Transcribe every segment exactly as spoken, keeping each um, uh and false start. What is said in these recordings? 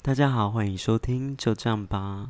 大家好，欢迎收听，就这样吧。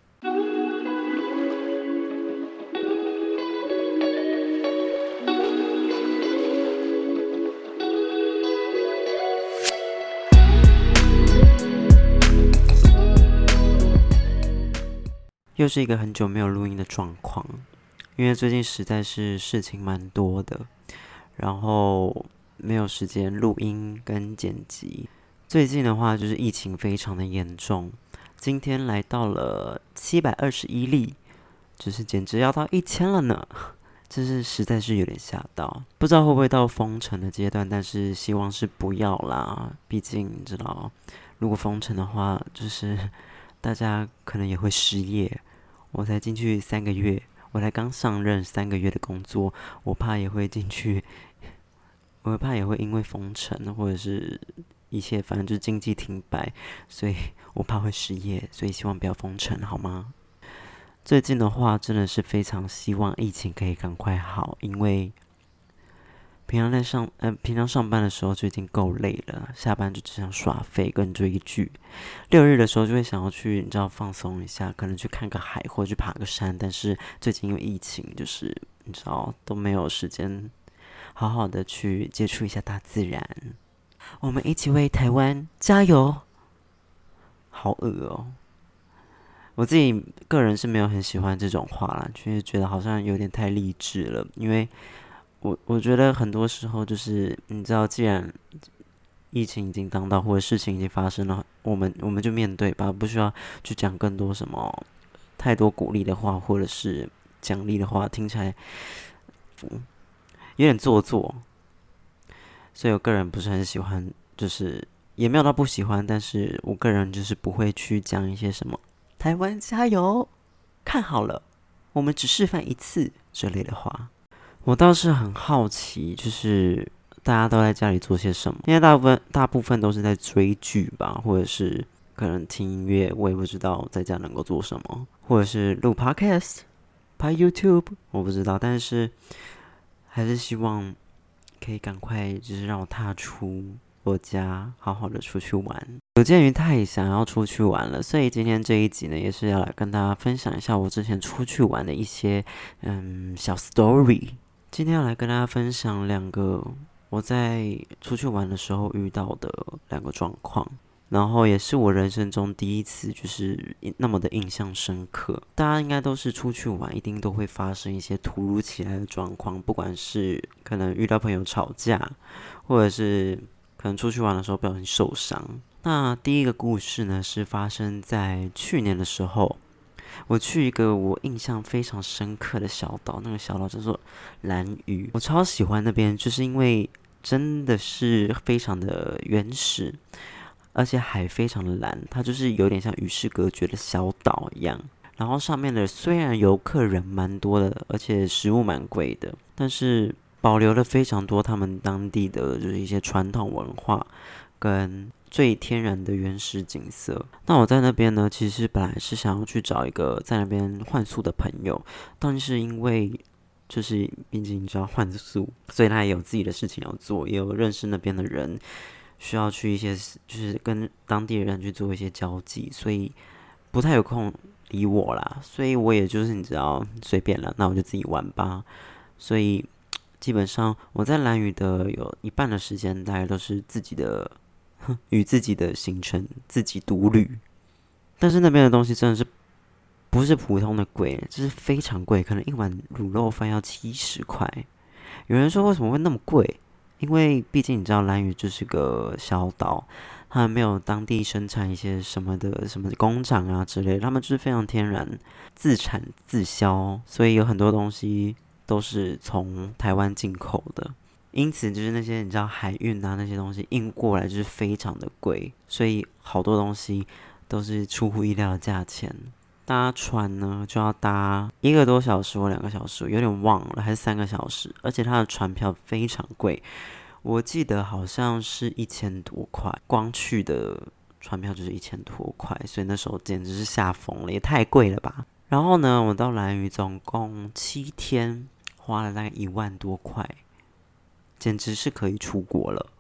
又是一个很久没有录音的状况，因为最近实在是事情蛮多的，然后没有时间录音跟剪辑。最近的话，就是疫情非常的严重，今天来到了七百二十一例，就是简直要到一千了呢。就是实在是有点吓到，不知道会不会到封城的阶段，但是希望是不要啦。毕竟你知道，如果封城的话，就是大家可能也会失业。我才进去三个月，我才刚上任三个月的工作，我怕也会进去，我怕也会因为封城或者是一切，反正就是经济停摆，所以我怕会失业，所以希望不要封城，好吗？最近的话，真的是非常希望疫情可以赶快好，因为平常在上呃平常上班的时候就已经够累了，下班就只想耍废跟追剧。六日的时候就会想要去，你知道放松一下，可能去看个海或者去爬个山。但是最近因为疫情，就是你知道都没有时间好好的去接触一下大自然。我们一起为台湾加油！好恶哦。我自己个人是没有很喜欢这种话啦，就是觉得好像有点太励志了，因为我我觉得很多时候就是你知道，既然疫情已经当道，或者事情已经发生了，我们我们就面对吧，不需要去讲更多什么太多鼓励的话，或者是奖励的话，听起来嗯有点做作，所以我个人不是很喜欢，就是也没有到不喜欢，但是我个人就是不会去讲一些什么台湾加油，看好了，我们只示范一次之类的话。我倒是很好奇，就是大家都在家里做些什么？因为大部分大部分都是在追剧吧，或者是可能听音乐，我也不知道在家能够做什么，或者是录 podcast、拍 YouTube，我不知道，但是还是希望可以赶快，就是让我踏出我家，好好的出去玩。有鉴于太想要出去玩了，所以今天这一集呢，也是要来跟大家分享一下我之前出去玩的一些嗯小 story。今天要来跟大家分享两个我在出去玩的时候遇到的两个状况，然后也是我人生中第一次就是那么的印象深刻。大家应该都是出去玩，一定都会发生一些突如其来的状况，不管是可能遇到朋友吵架，或者是可能出去玩的时候不小心受伤。那第一个故事呢，是发生在去年的时候。我去一个我印象非常深刻的小岛，那个小岛叫做兰屿。我超喜欢那边，就是因为真的是非常的原始，而且海非常的蓝，它就是有点像与世隔绝的小岛一样。然后上面的虽然游客人蛮多的，而且食物蛮贵的，但是保留了非常多他们当地的就是一些传统文化跟最天然的原始景色。那我在那边呢，其实本来是想要去找一个在那边换宿的朋友，但是因为就是毕竟你知道换宿，所以他也有自己的事情要做，也有认识那边的人，需要去一些就是跟当地人去做一些交际，所以不太有空理我啦。所以我也就是你知道随便了，那我就自己玩吧。所以基本上我在兰屿的有一半的时间，大概都是自己的。与自己的行程自己独旅，但是那边的东西真的是不是普通的贵，就是非常贵，可能一碗卤肉饭要七十块。有人说为什么会那么贵？因为毕竟你知道兰屿就是个小岛，他们没有当地生产一些什么的什么工厂啊之类的，他们就是非常天然，自产自销，所以有很多东西都是从台湾进口的。因此，就是那些你知道海运啊那些东西运过来就是非常的贵，所以好多东西都是出乎意料的价钱。搭船呢就要搭一个多小时或两个小时，有点忘了，还是三个小时，而且它的船票非常贵，我记得好像是一千多块，光去的船票就是一千多块，所以那时候简直是吓疯了，也太贵了吧。然后呢，我到兰屿总共七天，花了大概一万多块。简直是可以出国了。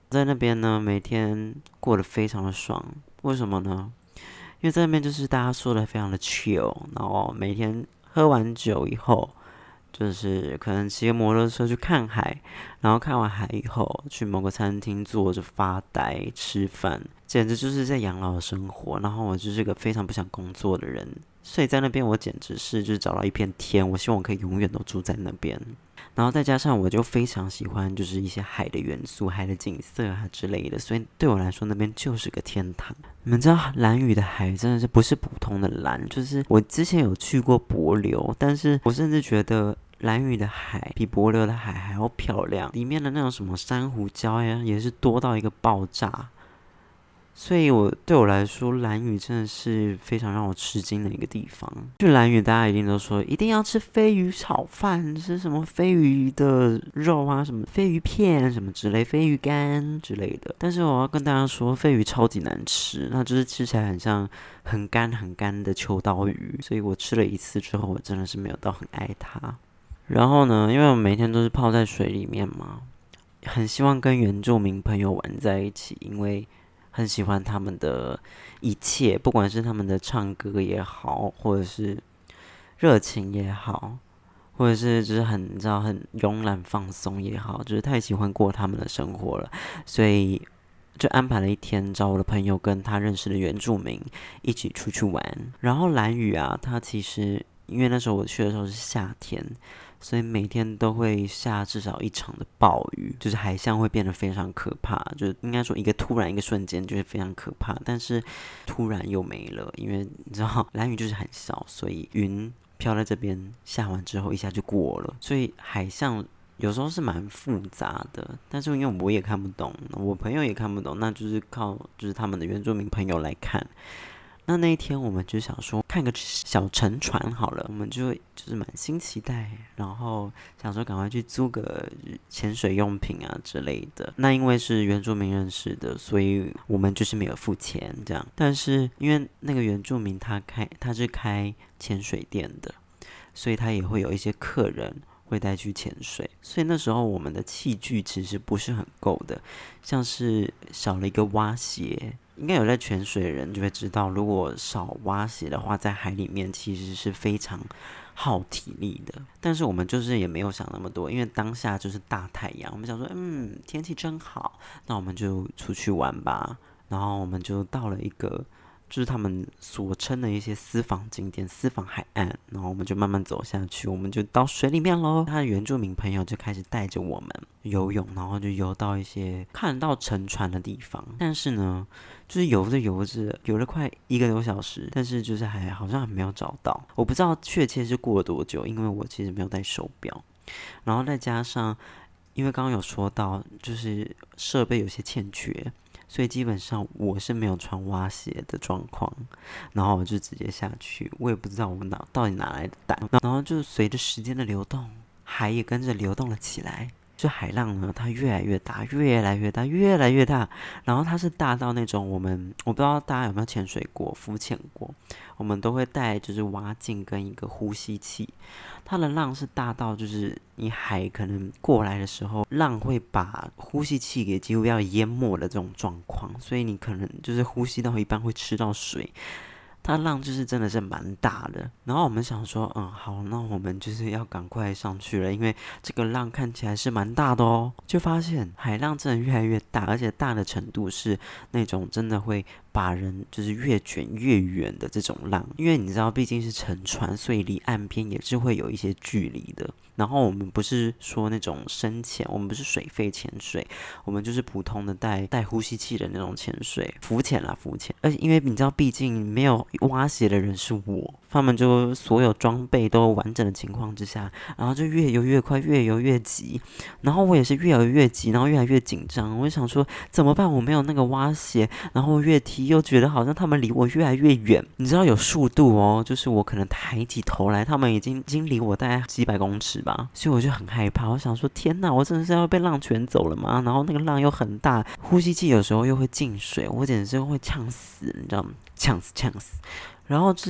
在那边呢，每天过得非常的爽。为什么呢？因为在那边就是大家说的非常的 chill，然后每天喝完酒以后，就是可能骑个摩托车去看海，然后看完海以后，去某个餐厅坐着发呆吃饭，简直就是在养老的生活。然后我就是个非常不想工作的人，所以在那边我简直是就是找到一片天，我希望我可以永远都住在那边。然后再加上我就非常喜欢就是一些海的元素、海的景色啊之类的，所以对我来说那边就是个天堂。你们知道兰屿的海真的是不是普通的蓝，就是我之前有去过帛琉，但是我甚至觉得兰屿的海比帛琉的海还要漂亮，里面的那种什么珊瑚礁呀，也是多到一个爆炸。所以我对我来说，兰屿真的是非常让我吃惊的一个地方。去兰屿，大家一定都说一定要吃飞鱼炒饭，吃什么飞鱼的肉啊，什么飞鱼片什么之类，飞鱼干之类的。但是我要跟大家说，飞鱼超级难吃，那就是吃起来很像很干很干的秋刀鱼。所以我吃了一次之后，我真的是没有到很爱它。然后呢，因为我每天都是泡在水里面嘛，很希望跟原住民朋友玩在一起，因为很喜欢他们的一切，不管是他们的唱歌也好，或者是热情也好，或者是就是很你知道很慵懒放松也好，就是太喜欢过他们的生活了，所以就安排了一天，找我的朋友跟他认识的原住民一起出去玩。然后兰屿啊，它其实因为那时候我去的时候是夏天，所以每天都会下至少一场的暴雨，就是海象会变得非常可怕，就是应该说一个突然一个瞬间就是非常可怕，但是突然又没了，因为你知道兰屿就是很小，所以云飘在这边下完之后一下就过了，所以海象有时候是蛮复杂的，但是因为我也看不懂，我朋友也看不懂，那就是靠就是他们的原住民朋友来看。那那一天我们就想说看个小沉船好了，我们就就是满心期待，然后想说赶快去租个潜水用品啊之类的。那因为是原住民认识的，所以我们就是没有付钱这样。但是因为那个原住民他开他是开潜水店的，所以他也会有一些客人会带去潜水，所以那时候我们的器具其实不是很够的，像是少了一个蛙鞋。应该有在潜水的人就会知道，如果少蛙鞋的话，在海里面其实是非常耗体力的。但是我们就是也没有想那么多，因为当下就是大太阳，我们想说，嗯，天气真好，那我们就出去玩吧。然后我们就到了一个就是他们所称的一些私房景点、私房海岸，然后我们就慢慢走下去，我们就到水里面咯。他的原住民朋友就开始带着我们游泳，然后就游到一些看得到沉船的地方。但是呢，就是游着游着，游了快一个多小时，但是就是还好像还没有找到。我不知道确切是过了多久，因为我其实没有带手表。然后再加上，因为刚刚有说到，就是设备有些欠缺。所以基本上我是没有穿蛙鞋的状况，然后我就直接下去，我也不知道我哪到底哪来的胆，然后就随着时间的流动，海也跟着流动了起来。就海浪呢，它越来越大，越来越大，越来越大，然后它是大到那种我们我不知道大家有没有潜水过、浮潜过，我们都会带就是蛙镜跟一个呼吸器。它的浪是大到就是你海可能过来的时候，浪会把呼吸器给几乎要淹没的这种状况，所以你可能就是呼吸到一半会吃到水。它浪就是真的是蛮大的，然后我们想说，嗯，好，那我们就是要赶快上去了，因为这个浪看起来是蛮大的哦。就发现海浪真的越来越大，而且大的程度是那种真的会把人就是越卷越远的这种浪，因为你知道毕竟是沉船，所以离岸边也是会有一些距离的。然后我们不是说那种深潜，我们不是水肺潜水，我们就是普通的带带呼吸器的那种潜水，浮潜啦浮潜。而且因为你知道，毕竟没有蛙鞋的人是我，他们就所有装备都完整的情况之下，然后就越游越快，越游越急。然后我也是越游越急，然后越来越紧张。我就想说怎么办？我没有那个蛙鞋，然后越踢又觉得好像他们离我越来越远。你知道有速度哦，就是我可能抬起头来，他们已经已经离我大概几百公尺吧，所以我就很害怕。我想说天哪，我真的是要被浪卷走了吗？然后那个浪又很大，呼吸器有时候又会进水，我简直是会呛死，你知道吗？呛死呛死。然后就是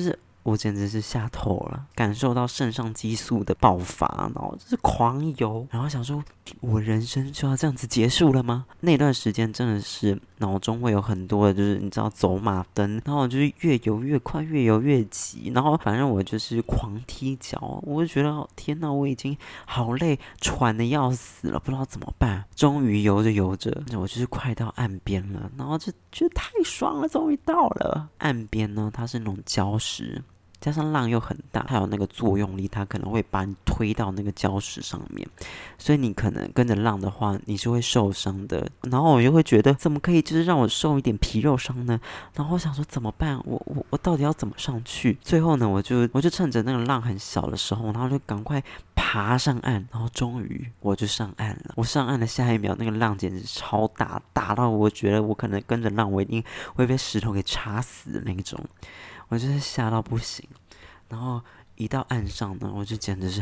我简直是吓透了，感受到肾上激素的爆发，然后就是狂游，然后想说，我人生就要这样子结束了吗？那段时间真的是脑中会有很多的，就是你知道走马灯，然后我就是越游越快，越游越急，然后反正我就是狂踢脚，我就觉得天哪，我已经好累，喘的要死了，不知道怎么办。终于游着游着，我就是快到岸边了，然后就觉得太爽了，终于到了岸边呢，它是那种礁石。加上浪又很大，它有那个作用力，它可能会把你推到那个礁石上面，所以你可能跟着浪的话，你是会受伤的。然后我就会觉得，怎么可以就是让我受一点皮肉伤呢？然后我想说怎么办？我我我到底要怎么上去？最后呢，我就我就趁着那个浪很小的时候，然后就赶快爬上岸，然后终于我就上岸了。我上岸的下一秒，那个浪简直超大，大到我觉得我可能跟着浪，我一定会被石头给插死的那种。我就是吓到不行，然后一到岸上呢，我就简直是，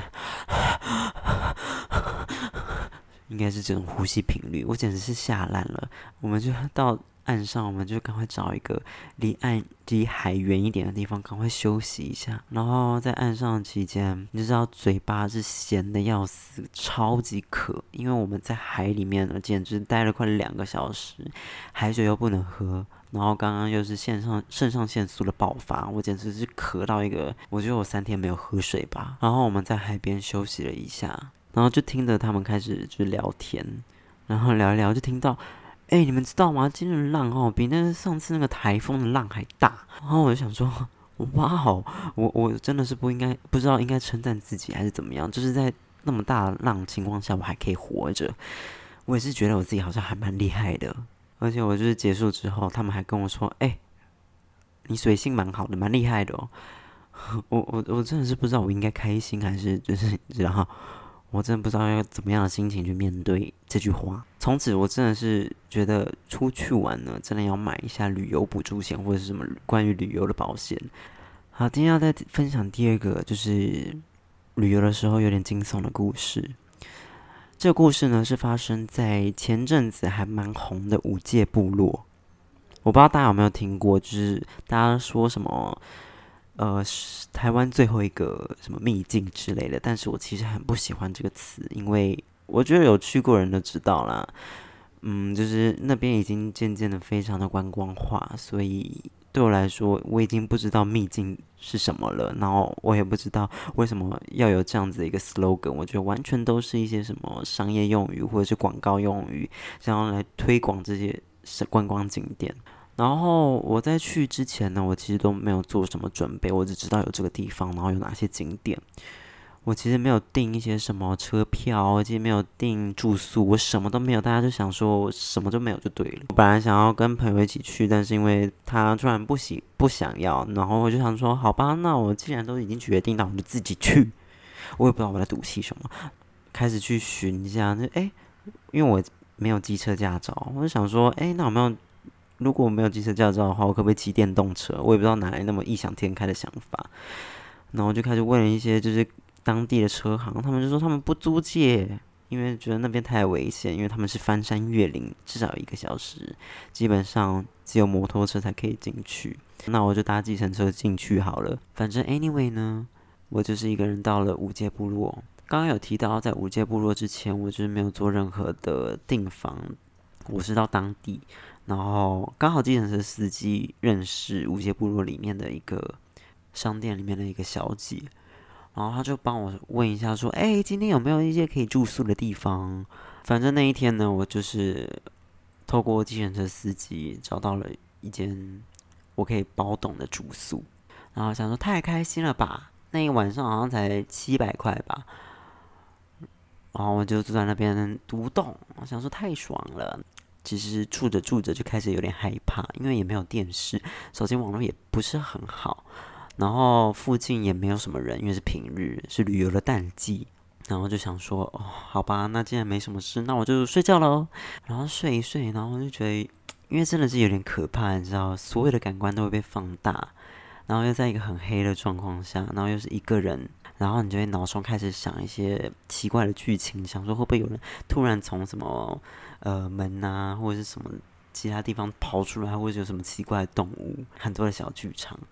应该是这种呼吸频率，我简直是吓烂了。我们就到岸上，我们就赶快找一个离岸离海远一点的地方，赶快休息一下。然后在岸上期间，你就知道嘴巴是咸的要死，超级渴，因为我们在海里面呢，简直待了快两个小时，海水又不能喝。然后刚刚又是肾上肾上腺素的爆发，我简直是渴到一个，我觉得我三天没有喝水吧。然后我们在海边休息了一下，然后就听着他们开始就聊天，然后聊一聊就听到，哎、欸，你们知道吗？今日的浪哦，比那上次那个台风的浪还大。然后我就想说，哇哦，我我真的是不应该，不知道应该称赞自己还是怎么样，就是在那么大的浪情况下，我还可以活着，我也是觉得我自己好像还蛮厉害的。而且我就是结束之后，他们还跟我说：“哎、欸，你水性蛮好的，蛮厉害的哦。”我我我真的是不知道我应该开心还是就是你知道，我真的不知道要怎么样的心情去面对这句话。从此我真的是觉得出去玩呢，真的要买一下旅游补助险或者是什么关于旅游的保险。好，今天要再分享第二个，就是旅游的时候有点惊悚的故事。这个故事呢是发生在前阵子还蛮红的五界部落，我不知道大家有没有听过，就是大家说什么呃台湾最后一个什么秘境之类的，但是我其实很不喜欢这个词，因为我觉得有去过人都知道啦，嗯，就是那边已经渐渐的非常的观光化，所以对我来说，我已经不知道秘境是什么了，然后我也不知道为什么要有这样子的一个 slogan，我觉得完全都是一些什么商业用语或者是广告用语，想要来推广这些观光景点。然后我在去之前呢，我其实都没有做什么准备，我只知道有这个地方，然后有哪些景点。我其实没有订一些什么车票，我其实没有订住宿，我什么都没有。大家就想说我什么都没有就对了。我本来想要跟朋友一起去，但是因为他突然不喜不想要，然后我就想说，好吧，那我既然都已经决定，那我就自己去。我也不知道我在赌气什么，开始去寻一下，就哎，因为我没有机车驾照，我就想说，哎，那有没有？如果我没有机车驾照的话，我可不可以骑电动车？我也不知道哪来那么异想天开的想法。然后我就开始问了一些就是当地的车行，他们就说他们不租借，因为觉得那边太危险，因为他们是翻山越岭，至少一个小时，基本上只有摩托车才可以进去。那我就搭计程车进去好了。反正 anyway 呢，我就是一个人到了五界部落。刚刚有提到，在五界部落之前，我就是没有做任何的订房，我是到当地。然后刚好计程车司机认识五界部落里面的一个商店里面的一个小姐，然后他就帮我问一下说，哎、欸，今天有没有一些可以住宿的地方？反正那一天呢，我就是透过计程车司机找到了一间我可以包栋的住宿，然后想说太开心了吧，那一晚上好像才七百块吧，然后我就住在那边独栋，我想说太爽了。其实住着住着就开始有点害怕，因为也没有电视，手机网络也不是很好，然后附近也没有什么人，因为是平日，是旅游的淡季。然后就想说，哦，好吧，那既然没什么事，那我就睡觉喽。然后睡一睡，然后我就觉得，因为真的是有点可怕，你知道，所有的感官都会被放大，然后又在一个很黑的状况下，然后又是一个人。然后你就会脑中开始想一些奇怪的剧情，想说会不会有人突然从什么呃门啊，或者是什么其他地方跑出来，或者有什么奇怪的动物，很多的小剧场。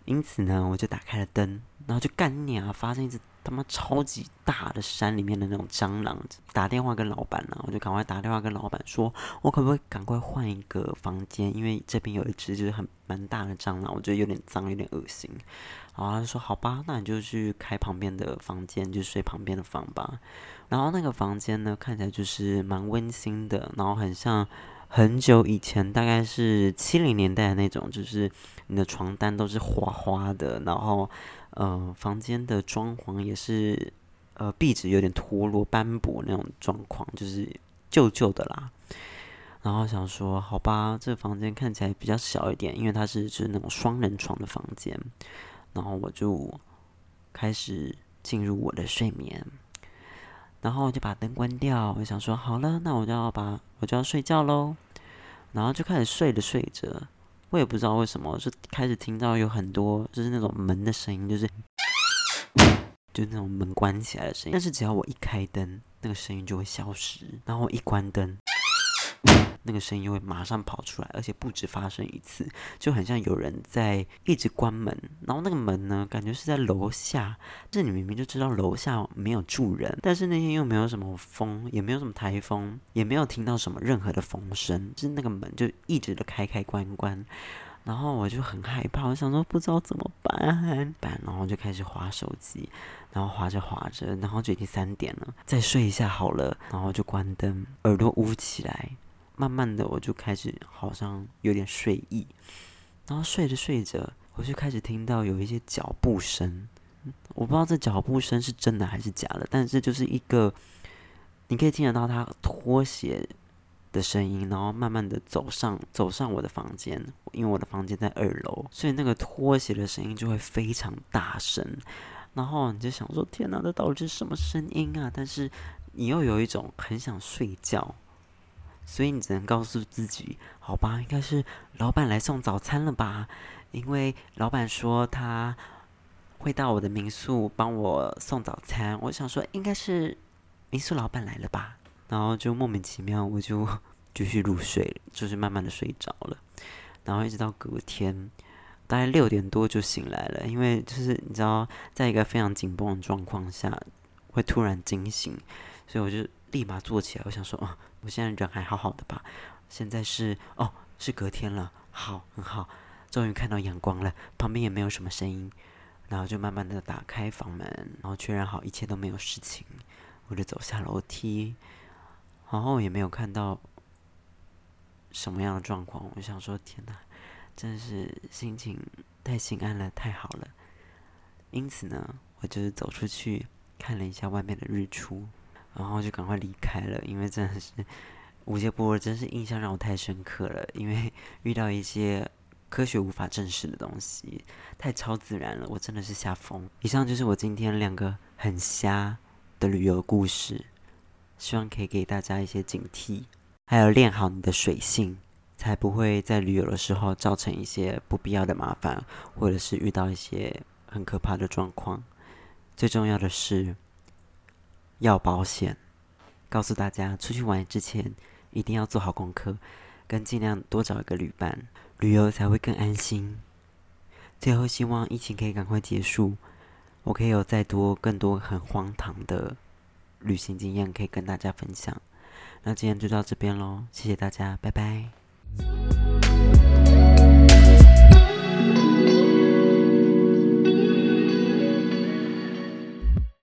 因此呢，我就打开了灯，然后就干你啊，发现一只他妈超级大的山里面的那种蟑螂。打电话跟老板啊，我就赶快打电话跟老板说，我可不可以赶快换一个房间？因为这边有一只就是很蛮大的蟑螂，我觉得有点脏，有点恶心。然后他就说好吧，那你就去开旁边的房间，就睡旁边的房吧。然后那个房间呢，看起来就是蛮温馨的，然后很像很久以前，大概是七零年代的那种，就是你的床单都是花花的，然后呃，房间的装潢也是呃壁纸有点脱落斑驳那种状况，就是旧旧的啦。然后想说，好吧，这个房间看起来比较小一点，因为它是就是那种双人床的房间。然后我就开始进入我的睡眠，然后我就把灯关掉。我想说，好了，那我就要把我就要睡觉喽。然后就开始睡着睡着，我也不知道为什么，就开始听到有很多就是那种门的声音，就是就是那种门关起来的声音。但是只要我一开灯，那个声音就会消失，然后我一关灯，那个声音又会马上跑出来，而且不止发生一次，就很像有人在一直关门。然后那个门呢，感觉是在楼下，这你明明就知道楼下没有住人，但是那天又没有什么风，也没有什么台风，也没有听到什么任何的风声，就是那个门就一直的开开关关。然后我就很害怕，我想说不知道怎么办，然后就开始滑手机，然后滑着滑着，然后就已经三点了，再睡一下好了，然后就关灯，耳朵捂起来。慢慢的，我就开始好像有点睡意，然后睡着睡着，我就开始听到有一些脚步声。我不知道这脚步声是真的还是假的，但是就是一个你可以听得到他拖鞋的声音，然后慢慢的走上走上我的房间，因为我的房间在二楼，所以那个拖鞋的声音就会非常大声。然后你就想说，天哪，这到底是什么声音啊？但是你又有一种很想睡觉。所以你只能告诉自己，好吧，应该是老板来送早餐了吧？因为老板说他会到我的民宿帮我送早餐。我想说，应该是民宿老板来了吧？然后就莫名其妙，我就继续入睡，就是慢慢的睡着了。然后一直到隔天，大概六点多就醒来了，因为就是你知道，在一个非常紧绷的状况下，会突然惊醒，所以我就立马坐起来。我想说，哦，我现在人还好好的吧？现在是哦，是隔天了，好，很好，终于看到阳光了，旁边也没有什么声音，然后就慢慢的打开房门，然后确认好一切都没有事情，我就走下楼梯，然后也没有看到什么样的状况。我想说，天哪，真是心情太心安了，太好了。因此呢，我就是走出去看了一下外面的日出，然后就赶快离开了，因为真的是无节波真是印象让我太深刻了，因为遇到一些科学无法证实的东西，太超自然了，我真的是吓疯。以上就是我今天两个很瞎的旅游故事，希望可以给大家一些警惕，还有练好你的水性，才不会在旅游的时候造成一些不必要的麻烦，或者是遇到一些很可怕的状况。最重要的是要保险，告诉大家出去玩之前一定要做好功课，跟尽量多找一个旅伴，旅游才会更安心。最后希望疫情可以赶快结束，我可以有再多更多很荒唐的旅行经验可以跟大家分享。那今天就到这边咯，谢谢大家，拜拜。